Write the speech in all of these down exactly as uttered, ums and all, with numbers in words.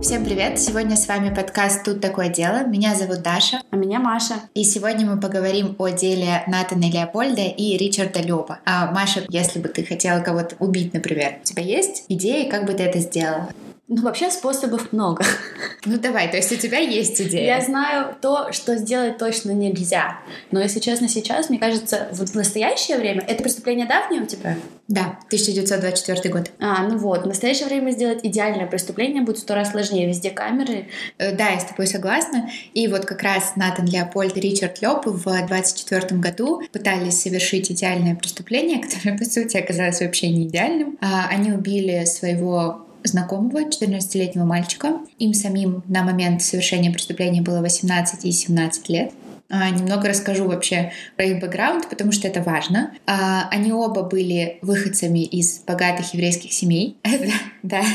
Всем привет! Сегодня с вами подкаст «Тут такое дело». Меня зовут Даша. А меня Маша. И сегодня мы поговорим о деле Натана Леопольда и Ричарда Лёба. А, Маша, если бы ты хотела кого-то убить, например, у тебя есть идеи, как бы ты это сделала? Ну, вообще способов много. Ну, давай, то есть у тебя есть идея? Я знаю то, что сделать точно нельзя. Но, если честно, сейчас, мне кажется, вот в настоящее время... Это преступление давнее у тебя? Да, тысяча девятьсот двадцать четвёртый год. А, ну вот. В настоящее время сделать идеальное преступление будет в сто раз сложнее. Везде камеры. Э, Да, я с тобой согласна. И вот как раз Натан Леопольд и Ричард Лёб в двадцать четвёртом году пытались совершить идеальное преступление, которое, по сути, оказалось вообще не идеальным. А, Они убили своего знакомого, четырнадцатилетнего мальчика. Им самим на момент совершения преступления было восемнадцать и семнадцать лет. А, немного расскажу вообще про их бэкграунд, потому что это важно. А, они оба были выходцами из богатых еврейских семей. Да.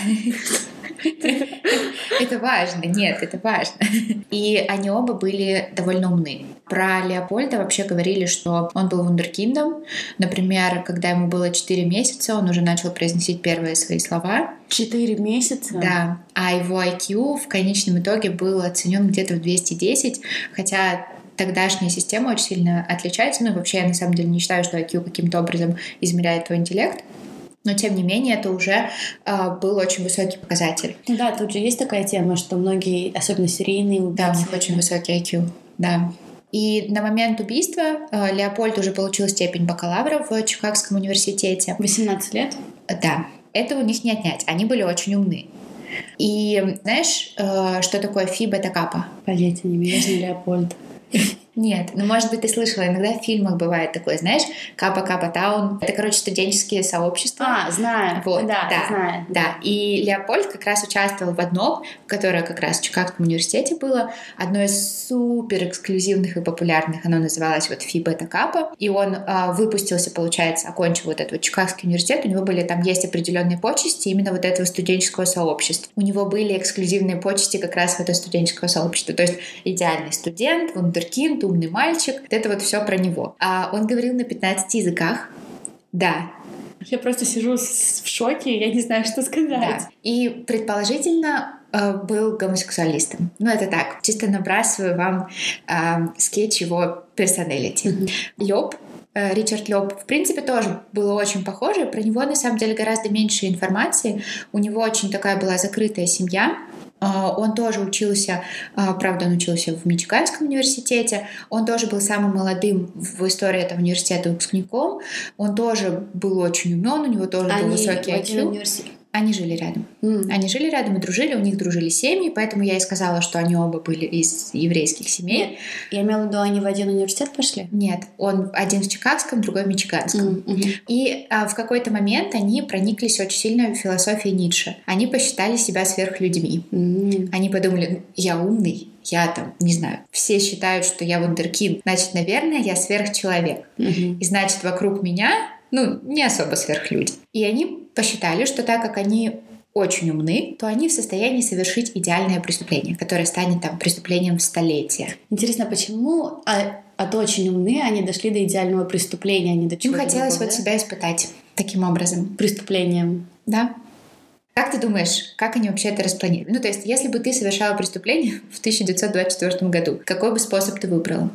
Это важно, нет, это важно. И они оба были довольно умны. Про Леопольда вообще говорили, что он был вундеркиндом. Например, когда ему было четыре месяца, он уже начал произносить первые свои слова. Четыре месяца? Да. А его ай кью в конечном итоге был оценен где-то в двести десять, хотя тогдашняя система очень сильно отличается. Ну, вообще, я на самом деле не считаю, что ай кью каким-то образом измеряет твой интеллект. Но, тем не менее, это уже э, был очень высокий показатель. Да, тут же есть такая тема, что многие, особенно серийные убийцы... Да, у них очень высокий ай кью, да. И на момент убийства э, Леопольд уже получил степень бакалавра в Чикагском университете. восемнадцать лет? Да. Это у них не отнять. Они были очень умны. И знаешь, э, что такое фи бета капа? Понятия не имею, я знаю Леопольд. Нет, ну, может быть, ты слышала, иногда в фильмах бывает такое, знаешь, Капа-Капа Таун. Это, короче, студенческие сообщества. А, знаю. Вот, да, да, знаю. Да, и Леопольд как раз участвовал в одном, которое как раз в Чикагском университете было, одно из супер эксклюзивных и популярных, оно называлось вот Фи Бета Капа, и он а, выпустился, получается, окончил вот этот вот Чикагский университет, у него были там есть определенные почести именно вот этого студенческого сообщества. У него были эксклюзивные почести как раз в это студенческое сообщество, то есть идеальный студент, вундеркинд, умный мальчик, это вот все про него. А он говорил на пятнадцати языках. Да. Я просто сижу в шоке, я не знаю, что сказать. Да. И предположительно э, был гомосексуалистом. Ну, это так, чисто набрасываю вам э, скетч его персоналити. Mm-hmm. Лёб, э, Ричард Лёб, в принципе, тоже было очень похоже. Про него, на самом деле, гораздо меньше информации. У него очень такая была закрытая семья. Он тоже учился, правда, он учился в Мичиганском университете, он тоже был самым молодым в истории этого университета выпускником, он тоже был очень умен, у него тоже Они был высокий ай кью. Университет. Они жили рядом. Mm. Они жили рядом и дружили, у них дружили семьи, поэтому я и сказала, что они оба были из еврейских семей. Нет, я имела в виду, они в один университет пошли? Нет, он один в Чикагском, другой в Мичиганском. Mm-hmm. И а, в какой-то момент они прониклись очень сильно в философии Ницше. Они посчитали себя сверхлюдьми. Mm-hmm. Они подумали, я умный, я там, не знаю, все считают, что я вундеркинд, значит, наверное, я сверхчеловек. Mm-hmm. И значит, вокруг меня, ну, не особо сверхлюди. И они посчитали, что так как они очень умны, то они в состоянии совершить идеальное преступление, которое станет там преступлением столетия. Интересно, почему а, от очень умны они дошли до идеального преступления, а не до Им чего-то хотелось другого, вот да? себя испытать таким образом. Преступлением. Да. Как ты думаешь, как они вообще это распланировали? Ну, то есть, если бы ты совершала преступление в тысяча девятьсот двадцать четвёртом году, какой бы способ ты выбрала?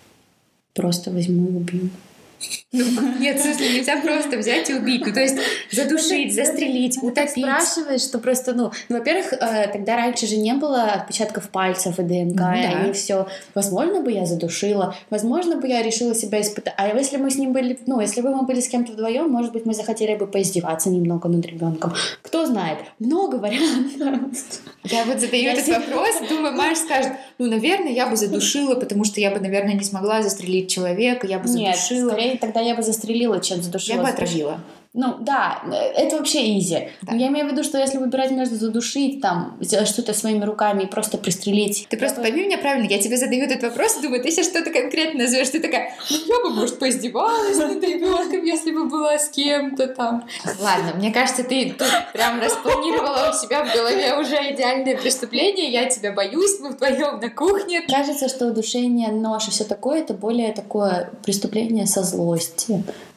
Просто возьму и убью. Ну, нет, в смысле, нельзя просто взять и убить. Ну, то есть задушить, застрелить, ну, утопить. Ты спрашиваешь, что просто, ну, ну, во-первых, э, тогда раньше же не было отпечатков пальцев и ДНК, Ну, и да. они все. Возможно бы я задушила, возможно бы я решила себя испытать. А если мы с ним были, ну, если бы мы были с кем-то вдвоем, может быть, мы захотели бы поиздеваться немного над ребенком. Кто знает, много вариантов. Я вот задаю Я этот себе- вопрос, думаю, Маша скажет, ну, наверное, я бы задушила, потому что я бы, наверное, не смогла застрелить человека, я бы Нет, задушила. скорее тогда я бы застрелила, чем задушила. Я бы отравила. Ну, да, это вообще изи. Да. Но я имею в виду, что если выбирать между задушить, там, сделать что-то своими руками и просто пристрелить... Ты просто пойми меня правильно, я тебе задаю этот вопрос, думаю, ты сейчас что-то конкретно назовешь, ты такая, ну, я бы, может, поиздевалась над ребенком, если бы была с кем-то там. Ладно, мне кажется, ты тут прям распланировала у себя в голове уже идеальное преступление, я тебя боюсь, мы вдвоем на кухне. Кажется, что удушение, нож и все такое, это более такое преступление со злости.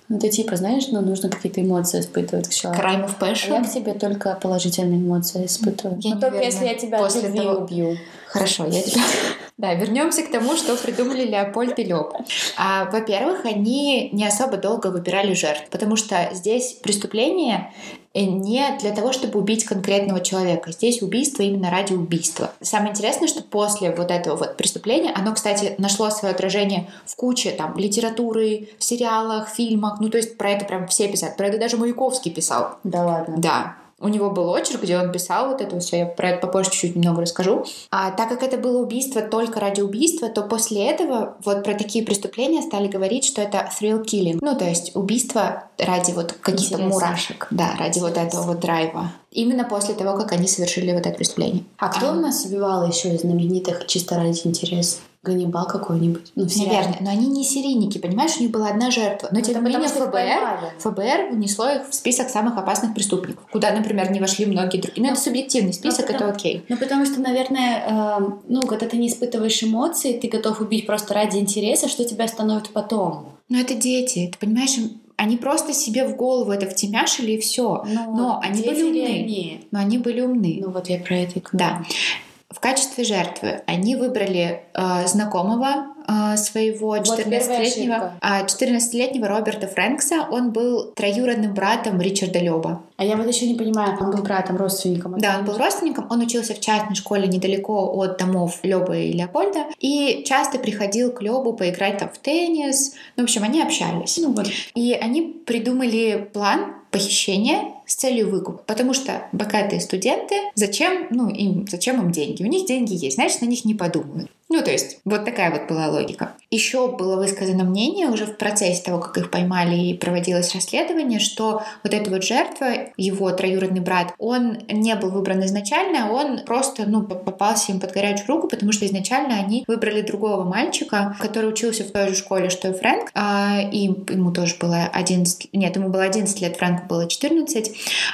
Ну, ты типа, знаешь, ну, нужно какие-то эмоции испытывать к человеку. Crime of passion? А я к тебе только положительные эмоции испытываю. Я Но только если я тебя от любви того... убью. Хорошо, я тебя... Да, вернемся к тому, что придумали Леопольд и Лёб. А, во-первых, они не особо долго выбирали жертв, потому что здесь преступление не для того, чтобы убить конкретного человека. Здесь убийство именно ради убийства. Самое интересное, что после вот этого вот преступления, оно, кстати, нашло свое отражение в куче там литературы, в сериалах, фильмах. Ну, то есть про это прям все писали. Про это даже Маяковский писал. Да ладно? Да. У него был очерк, где он писал вот это все. Я про это попозже чуть-чуть немного расскажу. А так как это было убийство только ради убийства, то после этого вот про такие преступления стали говорить, что это thrill killing. Ну, то есть убийство ради вот каких-то Интересно. мурашек. Да, ради Интересно. вот этого вот драйва. Именно после того, как они совершили вот это преступление. А кто а... у нас убивал еще из знаменитых чисто ради интереса? Ганнибал какой-нибудь? Ну, наверное, но они не серийники, понимаешь, у них была одна жертва. Но, тем не менее, ФБР, ФБР внесло их в список самых опасных преступников, куда, например, не вошли многие другие. Ну, это субъективный список, потому, это окей. Ну, потому что, наверное, э, ну, когда ты не испытываешь эмоций, ты готов убить просто ради интереса, что тебя остановит потом. Но это дети, ты понимаешь, они просто себе в голову это втемяшили, и все. Но, но они были умны. Они? Но они были умны. Ну, вот я про это и говорю. Да. В качестве жертвы они выбрали э, знакомого э, своего четырнадцатилетнего, вот четырнадцатилетнего Роберта Фрэнкса. Он был троюродным братом Ричарда Лёба. А я вот еще не понимаю, он был братом, родственником? Да, он был родственником. Он учился в частной школе недалеко от домов Лёба и Леопольда. И часто приходил к Лёбу поиграть там в теннис. Ну, в общем, они общались. Ну, вот. И они придумали план похищения с целью выкупа. Потому что богатые студенты, зачем, ну, им, зачем им деньги? У них деньги есть, значит, на них не подумают. Ну, то есть, вот такая вот была логика. Еще было высказано мнение уже в процессе того, как их поймали и проводилось расследование, что вот эта вот жертва, его троюродный брат, он не был выбран изначально, он просто, ну, попался им под горячую руку, потому что изначально они выбрали другого мальчика, который учился в той же школе, что и Фрэнк, и ему тоже было одиннадцать, нет, ему было одиннадцать лет, Фрэнку было четырнадцать,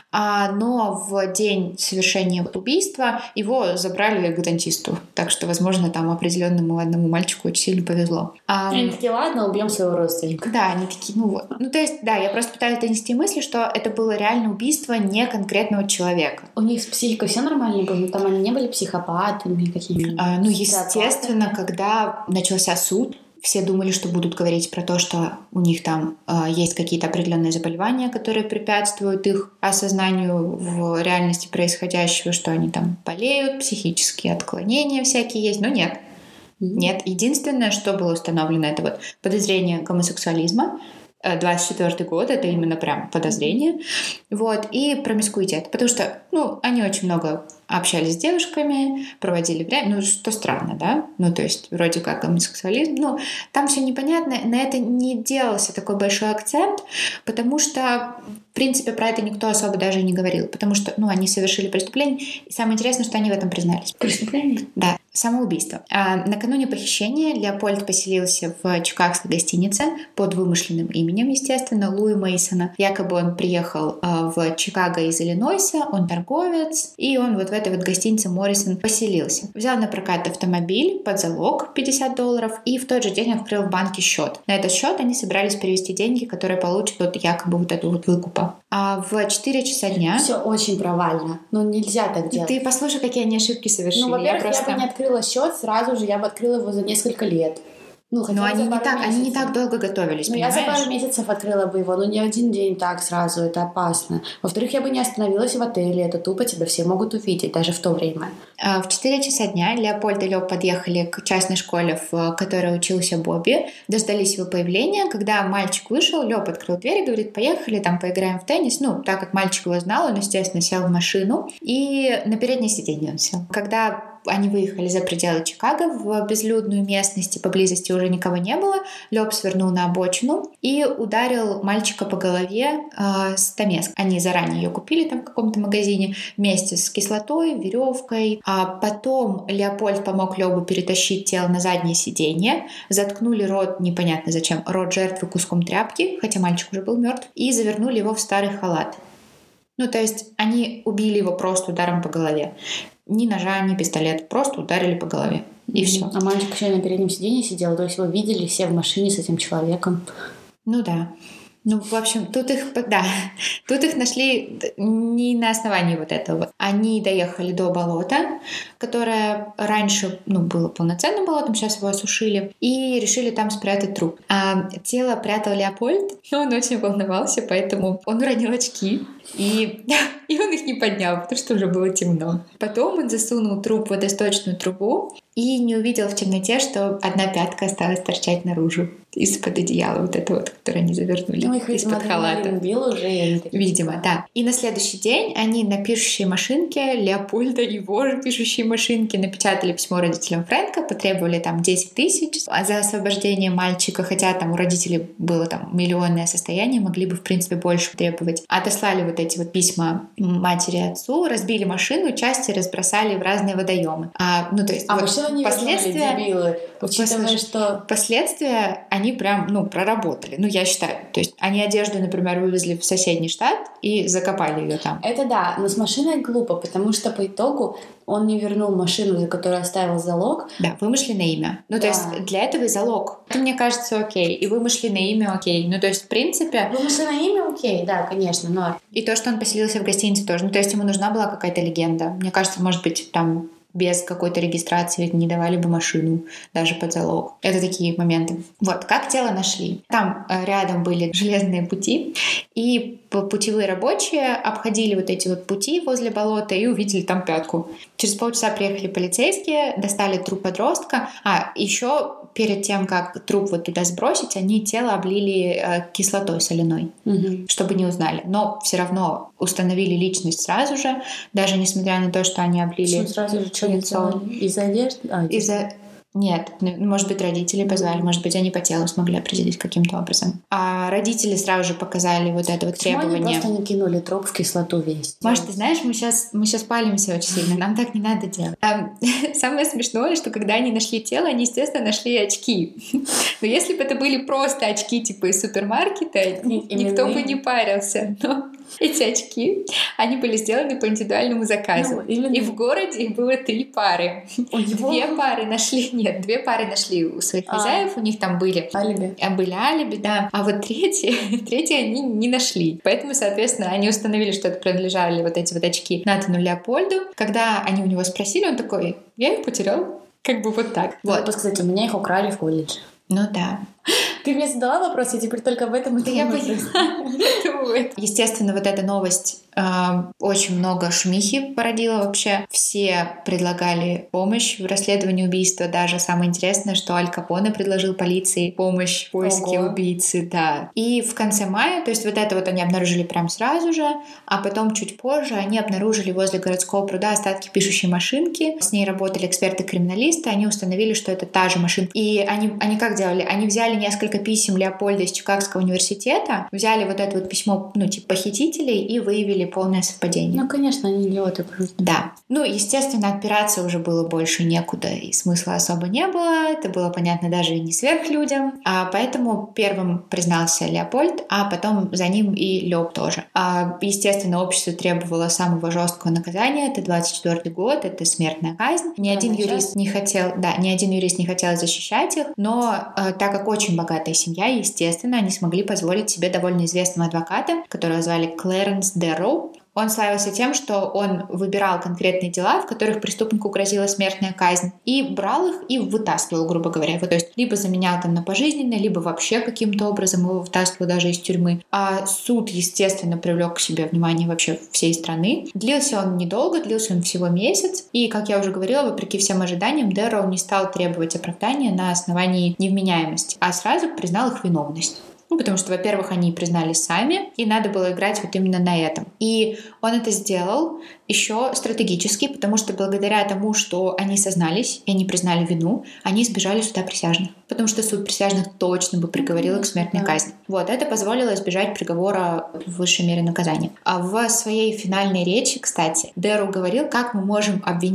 но в день совершения вот убийства его забрали к дантисту, так что, возможно, там определенному одному мальчику очень сильно повезло. А, они такие, ладно, убьем своего родственника. Да, они такие, ну вот. Ну, то есть, да, я просто пытаюсь донести мысли, что это было реально убийство не конкретного человека. У них с психикой все нормально было? Ну, там они не были психопатами какими-то? А, ну, естественно, когда начался суд, все думали, что будут говорить про то, что у них там э, есть какие-то определенные заболевания, которые препятствуют их осознанию в реальности происходящего, что они там болеют, психические отклонения всякие есть, но нет. Нет, единственное, что было установлено, это вот подозрение гомосексуализма. двадцать четвёртый год, это именно прям подозрение. Вот, и промискуитет, потому что, ну, они очень много общались с девушками, проводили время, ну, что странно, да? Ну, то есть, вроде как гомосексуализм, ну, там все непонятно, на это не делался такой большой акцент, потому что, в принципе, про это никто особо даже не говорил, потому что, ну, они совершили преступление, и самое интересное, что они в этом признались. Преступление? Да. Самоубийство. А накануне похищения Леопольд поселился в чикагской гостинице под вымышленным именем, естественно, Луи Мейсона. Якобы он приехал а, в Чикаго из Иллинойса, он торговец, и он вот в этой вот гостинице Моррисон поселился. Взял на прокат автомобиль под залог пятьдесят долларов и в тот же день открыл в банке счет. На этот счет они собирались перевести деньги, которые получат от якобы вот этого вот выкупа. А в четыре часа дня... Все очень провально. Ну, нельзя так делать. Ты послушай, какие они ошибки совершили. Ну, во-первых, я, просто... я бы не открыла счет сразу же, я бы открыла его за несколько лет. Ну, но они не, так, они не так долго готовились, ну, понимаешь? Я за пару месяцев открыла бы его, но не один день так сразу, это опасно. Во-вторых, я бы не остановилась в отеле, это тупо, тебя все могут увидеть, даже в то время. В четыре часа дня Леопольд и Лёб подъехали к частной школе, в которой учился Бобби, дождались его появления. Когда мальчик вышел, Лёб открыл дверь и говорит: поехали, там поиграем в теннис. Ну, так как мальчик его знал, он, естественно, сел в машину, и на переднее сиденье он сел. Когда они выехали за пределы Чикаго в безлюдную местность, и поблизости уже никого не было, Лёб свернул на обочину и ударил мальчика по голове э, стамеской. Они заранее ее купили там в каком-то магазине вместе с кислотой, веревкой. А потом Леопольд помог Лёбу перетащить тело на заднее сиденье, заткнули рот, непонятно зачем, рот жертвы куском тряпки, хотя мальчик уже был мертв, и завернули его в старый халат. Ну, то есть они убили его просто ударом по голове. Ни ножа, ни пистолет. Просто ударили по голове. И mm-hmm. все. А мальчик еще на переднем сиденье сидел, то есть его видели все в машине с этим человеком. Ну да. Ну, в общем, тут их, да, тут их нашли не на основании вот этого. Они доехали до болота, которое раньше, ну, было полноценным болотом, сейчас его осушили, и решили там спрятать труп. А тело прятал Леопольд, но он очень волновался, поэтому он уронил очки, и, и он их не поднял, потому что уже было темно. Потом он засунул труп в водосточную трубу и не увидел в темноте, что одна пятка осталась торчать наружу из-под одеяла, вот это вот, которое они завернули, ну, их, из-под халата. Убил уже, я видимо, да. И на следующий день они на пишущей машинке Леопольда, его же пишущей машинке, напечатали письмо родителям Фрэнка, потребовали там десять тысяч за освобождение мальчика, хотя там у родителей было там миллионное состояние, могли бы, в принципе, больше требовать. Отослали вот эти вот письма матери и отцу, разбили машину, части разбросали в разные водоемы. А, ну, то есть, а вот машину не последствия, дебилы, учитывая, что... Последствия они прям, ну, проработали, ну, я считаю. То есть они одежду, например, вывезли в соседний штат и закопали ее там. Это да, но с машиной глупо, потому что по итогу он не вернул машину, за которую оставил залог. Да, вымышленное имя. Ну, да. То есть для этого и залог. Это, мне кажется, окей. И вымышленное имя окей. Ну, то есть, в принципе... Вымышленное имя окей, да, конечно, но... И то, что он поселился в гостинице тоже. Ну, то есть ему нужна была какая-то легенда. Мне кажется, может быть, там... без какой-то регистрации не давали бы машину даже под залог. Это такие моменты. Вот, как тело нашли. Там э, рядом были железные пути, и путевые рабочие обходили вот эти вот пути возле болота и увидели там пятку. Через полчаса приехали полицейские, достали труп подростка. А, еще перед тем, как труп вот туда сбросить, они тело облили э, кислотой соляной, угу. чтобы не узнали. Но все равно установили личность сразу же, даже несмотря на то, что они облили... Почему сразу же что лицо? Из-за одежды? А, из-за... Нет, может быть, родители позвали, может быть, они по телу смогли определить каким-то образом. А родители сразу же показали вот это вот Почему требование. Почему они просто не кинули труп в кислоту весь? Маш, ты знаешь, мы сейчас, мы сейчас палимся очень сильно, нам так не надо делать. А, самое смешное, что когда они нашли тело, они, естественно, нашли очки. Но если бы это были просто очки типа из супермаркета, никто бы не парился. Но эти очки, они были сделаны по индивидуальному заказу. Ну, и в городе их было три пары. Две пары нашли... Нет, две пары нашли у своих а, хозяев, у них там были алиби. Были алиби, да. А вот третьи, третьи они не нашли. Поэтому, соответственно, они установили, что это принадлежали вот эти вот очки Натану Леопольду. Когда они у него спросили, он такой: я их потерял. Как бы вот так. Вот, сказать, у меня их украли в колледже. Ну да. Ты мне задала вопрос, я теперь только об этом и да я поняла. Естественно, вот эта новость э, очень много шумихи породила вообще. Все предлагали помощь в расследовании убийства. Даже самое интересное, что Аль Капоне предложил полиции помощь в поиске Ого. убийцы. Да. И в конце мая, то есть вот это вот они обнаружили прям сразу же, а потом чуть позже они обнаружили возле городского пруда остатки пишущей машинки. С ней работали эксперты-криминалисты. Они установили, что это та же машинка. И они, они как делали? Они взяли несколько писем Леопольда из Чикагского университета, взяли вот это вот письмо, ну, типа, похитителей и выявили полное совпадение. Ну, конечно, они идиоты просто. Да. Ну, естественно, отпираться уже было больше некуда, и смысла особо не было. Это было понятно даже и не сверхлюдям. А поэтому первым признался Леопольд, а потом за ним и Лёб тоже. А, естественно, общество требовало самого жесткого наказания. Это двадцать четвёртый год, это смертная казнь. Ни а один юрист не хотел, да, ни один юрист не хотел защищать их, но э, так как очень богатая семья, естественно, они смогли позволить себе довольно известного адвоката, которого звали Клэренс Дэрроу. Он славился тем, что он выбирал конкретные дела, в которых преступнику грозила смертная казнь, и брал их и вытаскивал, грубо говоря. Вот, то есть либо заменял там на пожизненное, либо вообще каким-то образом его вытаскивал даже из тюрьмы. А суд, естественно, привлек к себе внимание вообще всей страны. Длился он недолго, длился он всего месяц. И, как я уже говорила, вопреки всем ожиданиям, Дэрроу не стал требовать оправдания на основании невменяемости, а сразу признал их виновность. Ну, потому что, во-первых, они признались сами, и надо было играть вот именно на этом. И он это сделал еще стратегически, потому что благодаря тому, что они сознались и они признали вину, они избежали суда присяжных. Потому что суд присяжных точно бы приговорил их к смертной да. казни. Вот, это позволило избежать приговора в высшей мере наказания. А в своей финальной речи, кстати, Дэрроу говорил, как мы можем обвинять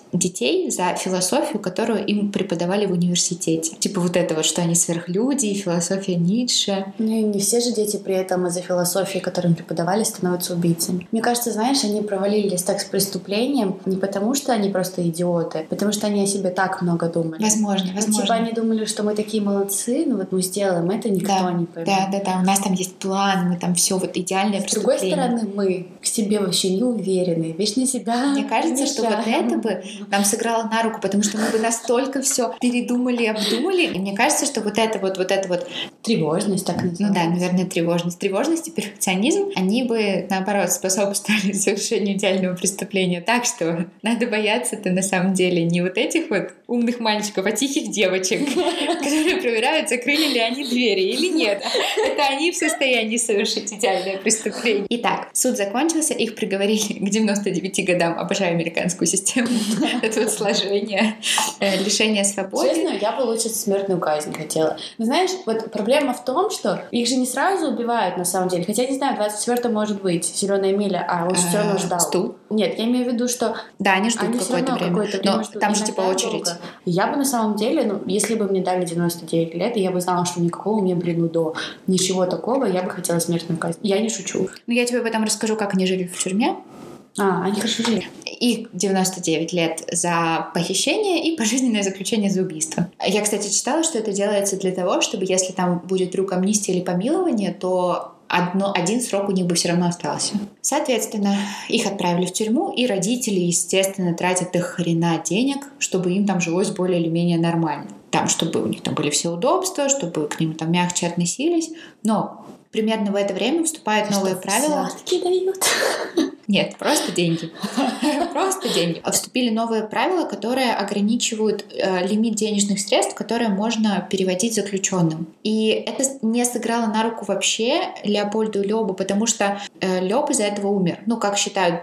детей за философию, которую им преподавали в университете. Типа вот это вот, что они сверхлюди, философия Ницше. Ну и не все же дети при этом из-за философии, которую им преподавали, становятся убийцами. Мне кажется, знаешь, они провалились так с преступлением не потому, что они просто идиоты, потому что они о себе так много думали. Возможно, возможно. Ну, типа они думали, что мы такие молодцы, ну вот мы сделаем это, никто да, не поймет. Да, да, да, у нас там есть план, мы там все вот идеальное с преступление. С другой стороны, мы к себе вообще не уверены, вечно себя Мне кажется, что вот это бы нам сыграло на руку, потому что мы бы настолько все передумали, обдумали. И мне кажется, что вот это вот, вот это вот... Тревожность, так называется. Ну да, наверное, тревожность. Тревожность и перфекционизм, они бы, наоборот, способствовали совершению идеального преступления. Так что надо бояться-то на самом деле не вот этих вот умных мальчиков, а тихих девочек, которые проверяют, закрыли ли они двери или нет. Это они в состоянии совершить идеальное преступление. Итак, суд закончился, их приговорили к девяноста девяти годам. Обожаю американскую систему. Это вот сложение, лишение свободы. Честно, я получить смертную казнь хотела. Но знаешь, вот проблема в том, что их же не сразу убивают на самом деле. Хотя, не знаю, двадцать четвёртого может быть «Зеленая миля», а он все равно ждал. Стул? Нет, я имею в виду, что да, они ждут они какое-то время. Какое-то время но ждут. Там же типа очередь. Долго. Я бы на самом деле, ну, если бы мне дали девяносто девять лет, и я бы знала, что никакого у меня, блин, до ничего такого, я бы хотела смертную казнь. Я не шучу. Ну, я тебе потом расскажу, как они жили в тюрьме. А, они хорошо жили. И девяносто девять лет за похищение и пожизненное заключение за убийство. Я, кстати, читала, что это делается для того, чтобы если там будет вдруг амнистия или помилование, то Одно, один срок у них бы все равно остался. Соответственно, их отправили в тюрьму, и родители, естественно, тратят их хрена денег, чтобы им там жилось более или менее нормально. Там, чтобы у них там были все удобства, чтобы к ним там мягче относились. Но примерно в это время вступают новые правила. Взятки дают? Нет, просто деньги. Просто деньги. Вступили новые правила, которые ограничивают э, лимит денежных средств, которые можно переводить заключенным. И это не сыграло на руку вообще Леопольду Лёбу, потому что э, Лёб из-за этого умер. Ну, как считают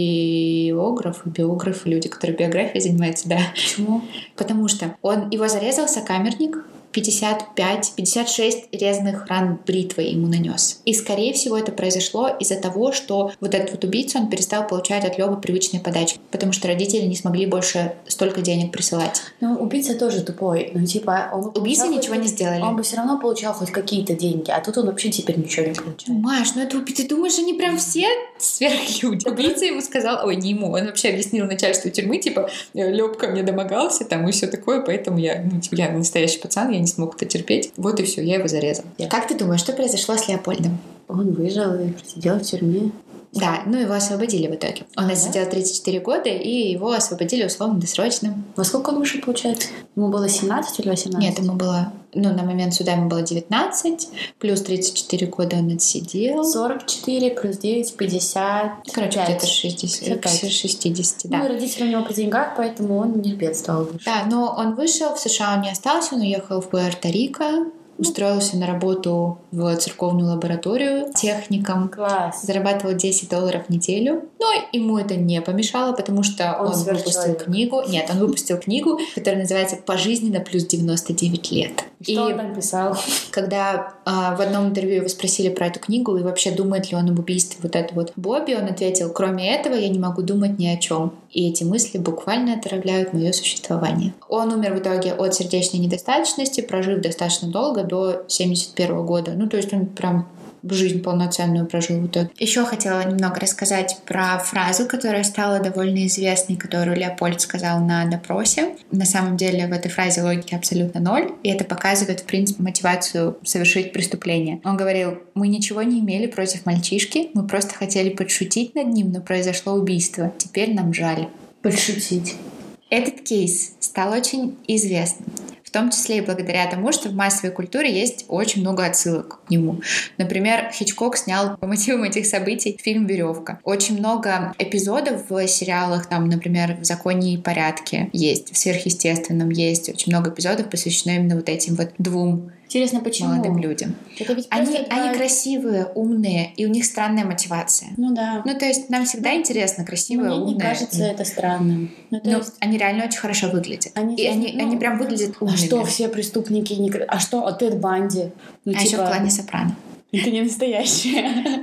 биографы, биографы, люди, которые биографией занимаются, да. Почему? Потому что он, его зарезал сокамерник, пятьдесят пять пятьдесят шесть резных ран бритвой ему нанес. И, скорее всего, это произошло из-за того, что вот этот вот убийца, он перестал получать от Лёбы привычные подачки, потому что родители не смогли больше столько денег присылать. Ну, убийца тоже тупой. Ну, типа, он Убийцы ничего не сделали. Он бы все равно получал хоть какие-то деньги, а тут он вообще теперь ничего не получает. Маш, ну это ты думаешь, они прям все сверхлюди? Убийца ему сказал, ой, не ему, он вообще объяснил начальству тюрьмы, типа, Лёб ко мне домогался, там, и все такое, поэтому я, ну, типа, я настоящий пацан, я не смог это терпеть. Вот и все, я его зарезал. Yeah. Как ты думаешь, что произошло с Леопольдом? Он выжил и сидел в тюрьме. Да, ну его освободили в итоге. Он ага. сидел тридцать четыре года, и его освободили условно-досрочно. Во сколько он вышел, получается? Ему было семнадцать или восемнадцать? Нет, ему было... Ну, на момент суда ему было девятнадцать, плюс тридцать четыре года он отсидел. сорок четыре плюс девять, пятьдесят. Короче, где-то шестьдесят, шестьдесят, да. Ну, родители у него при деньгах, поэтому он не бедствовал. Да, но он вышел, в США он не остался, он уехал в Пуэрто-Рико, устроился на работу в церковную лабораторию техником. Класс. Зарабатывал десять долларов в неделю. Но ему это не помешало, потому что он, он выпустил книгу. Нет, он выпустил книгу, которая называется «Пожизненно плюс девяносто девять лет». Что и он там писал? Когда а, в одном интервью его спросили про эту книгу и вообще думает ли он об убийстве вот этого вот Бобби, он ответил: кроме этого я не могу думать ни о чем. И эти мысли буквально отравляют мое существование. Он умер в итоге от сердечной недостаточности, прожив достаточно долго, до семьдесят первого года. Ну, то есть он прям жизнь полноценную прожил в итоге. Еще хотела немного рассказать про фразу, которая стала довольно известной, которую Леопольд сказал на допросе. На самом деле в этой фразе логики абсолютно ноль, и это показывает, в принципе, мотивацию совершить преступление. Он говорил: мы ничего не имели против мальчишки, мы просто хотели подшутить над ним, но произошло убийство. Теперь нам жаль. Подшутить. Этот кейс стал очень известным. В том числе и благодаря тому, что в массовой культуре есть очень много отсылок к нему. Например, Хичкок снял по мотивам этих событий фильм «Веревка». Очень много эпизодов в сериалах, там, например, в «Законе и порядке» есть, в «Сверхъестественном» есть. Очень много эпизодов посвящено именно вот этим вот двум Интересно, почему? молодым людям. Они, два... они красивые, умные, и у них странная мотивация. Ну да. Ну то есть нам всегда ну, интересно красивые, мне умные. Мне кажется это странным. Ну, то есть... они реально очень хорошо выглядят. Они, и они, ну, они прям выглядят умными. А что все преступники не... А что от Тед Банди? Ну, а типа... еще в «Клане Сопрано». Это не настоящее.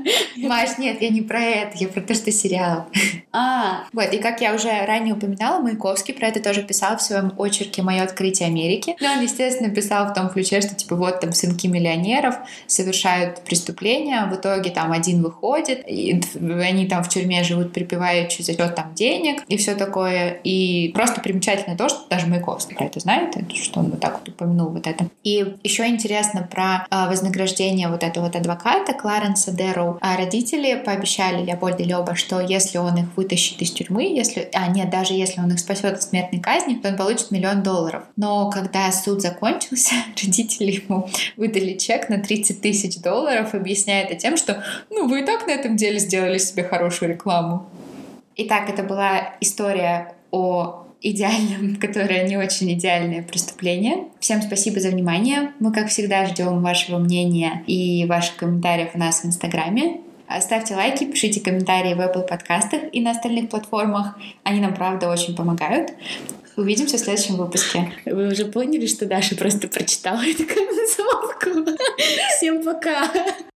Маш, нет, я не про это, я про то, что сериал. А, Вот, и как я уже ранее упоминала, Маяковский про это тоже писал в своем очерке «Мое открытие Америки». Но он, естественно, писал в том ключе, что типа вот там сынки миллионеров совершают преступления, в итоге там один выходит, и они там в тюрьме живут припеваючи за счет там денег и все такое. И просто примечательно то, что даже Маяковский про это знает, что он вот так вот упомянул вот это. И еще интересно про э, вознаграждение вот этого вот адвоката Кларенса Дэроу. А родители пообещали Леопольду Лёба, что если он их вытащит из тюрьмы, если, а нет, даже если он их спасет от смертной казни, то он получит миллион долларов. Но когда суд закончился, родители ему выдали чек на тридцать тысяч долларов, объясняя это тем, что ну вы и так на этом деле сделали себе хорошую рекламу. Итак, это была история о идеальном, которое не очень идеальное преступление. Всем спасибо за внимание. Мы, как всегда, ждем вашего мнения и ваших комментариев у нас в Инстаграме. Ставьте лайки, пишите комментарии в Apple подкастах и на остальных платформах. Они нам, правда, очень помогают. Увидимся в следующем выпуске. Вы уже поняли, что Даша просто прочитала эту концовку? Всем пока!